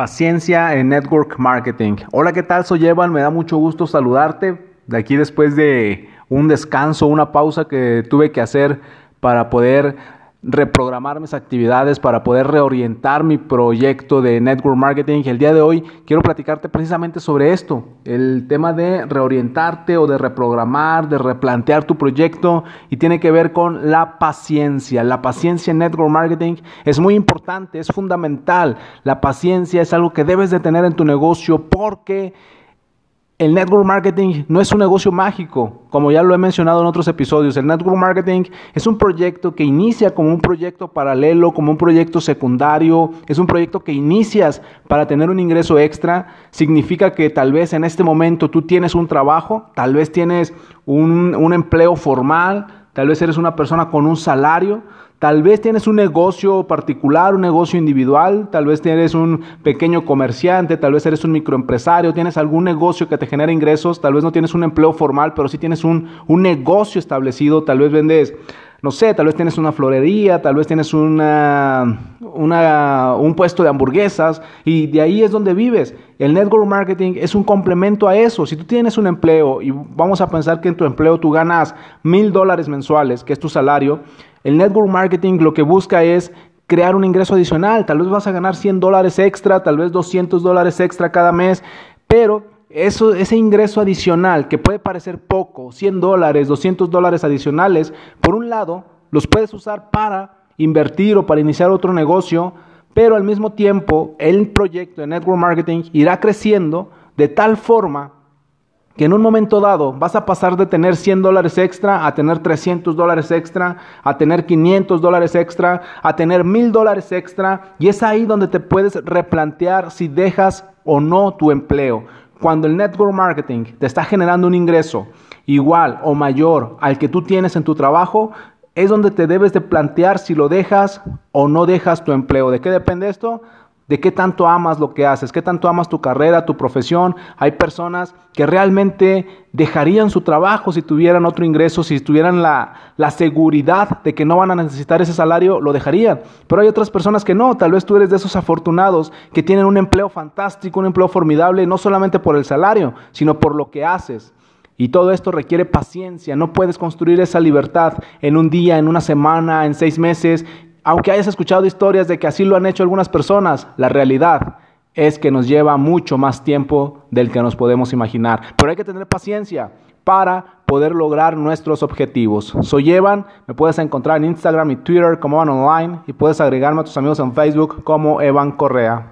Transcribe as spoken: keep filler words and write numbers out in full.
Paciencia en Network Marketing. Hola, ¿qué tal? Soy Evan, me da mucho gusto saludarte de aquí después de un descanso, una pausa que tuve que hacer para poder reprogramar mis actividades, para poder reorientar mi proyecto de Network Marketing. El día de hoy quiero platicarte precisamente sobre esto, el tema de reorientarte o de reprogramar, de replantear tu proyecto, y tiene que ver con la paciencia. La paciencia en Network Marketing es muy importante, es fundamental. La paciencia es algo que debes de tener en tu negocio porque el network marketing no es un negocio mágico, como ya lo he mencionado en otros episodios. El network marketing es un proyecto que inicia como un proyecto paralelo, como un proyecto secundario. Es un proyecto que inicias para tener un ingreso extra. Significa que tal vez en este momento tú tienes un trabajo, tal vez tienes un, un empleo formal, tal vez eres una persona con un salario. Tal vez tienes un negocio particular, un negocio individual, tal vez eres un pequeño comerciante, tal vez eres un microempresario, tienes algún negocio que te genera ingresos, tal vez no tienes un empleo formal, pero sí tienes un, un negocio establecido, tal vez vendes, no sé, tal vez tienes una florería, tal vez tienes una, una, un puesto de hamburguesas y de ahí es donde vives. El network marketing es un complemento a eso. Si tú tienes un empleo y vamos a pensar que en tu empleo tú ganas mil dólares mensuales, que es tu salario, el network marketing lo que busca es crear un ingreso adicional. Tal vez vas a ganar cien dólares extra, tal vez doscientos dólares extra cada mes, pero eso, ese ingreso adicional que puede parecer poco, cien dólares, doscientos dólares adicionales, por un lado los puedes usar para invertir o para iniciar otro negocio, pero al mismo tiempo el proyecto de network marketing irá creciendo de tal forma que en un momento dado vas a pasar de tener cien dólares extra a tener trescientos dólares extra, a tener quinientos dólares extra, a tener mil dólares extra, y es ahí donde te puedes replantear si dejas o no tu empleo. Cuando el network marketing te está generando un ingreso igual o mayor al que tú tienes en tu trabajo, es donde te debes de plantear si lo dejas o no dejas tu empleo. ¿De qué depende esto? De qué tanto amas lo que haces, qué tanto amas tu carrera, tu profesión. Hay personas que realmente dejarían su trabajo si tuvieran otro ingreso, si tuvieran la, la seguridad de que no van a necesitar ese salario, lo dejarían. Pero hay otras personas que no. Tal vez tú eres de esos afortunados que tienen un empleo fantástico, un empleo formidable, no solamente por el salario, sino por lo que haces. Y todo esto requiere paciencia. No puedes construir esa libertad en un día, en una semana, en seis meses. Aunque hayas escuchado historias de que así lo han hecho algunas personas, la realidad es que nos lleva mucho más tiempo del que nos podemos imaginar. Pero hay que tener paciencia para poder lograr nuestros objetivos. Soy Evan, me puedes encontrar en Instagram y Twitter como Evan Online y puedes agregarme a tus amigos en Facebook como Evan Correa.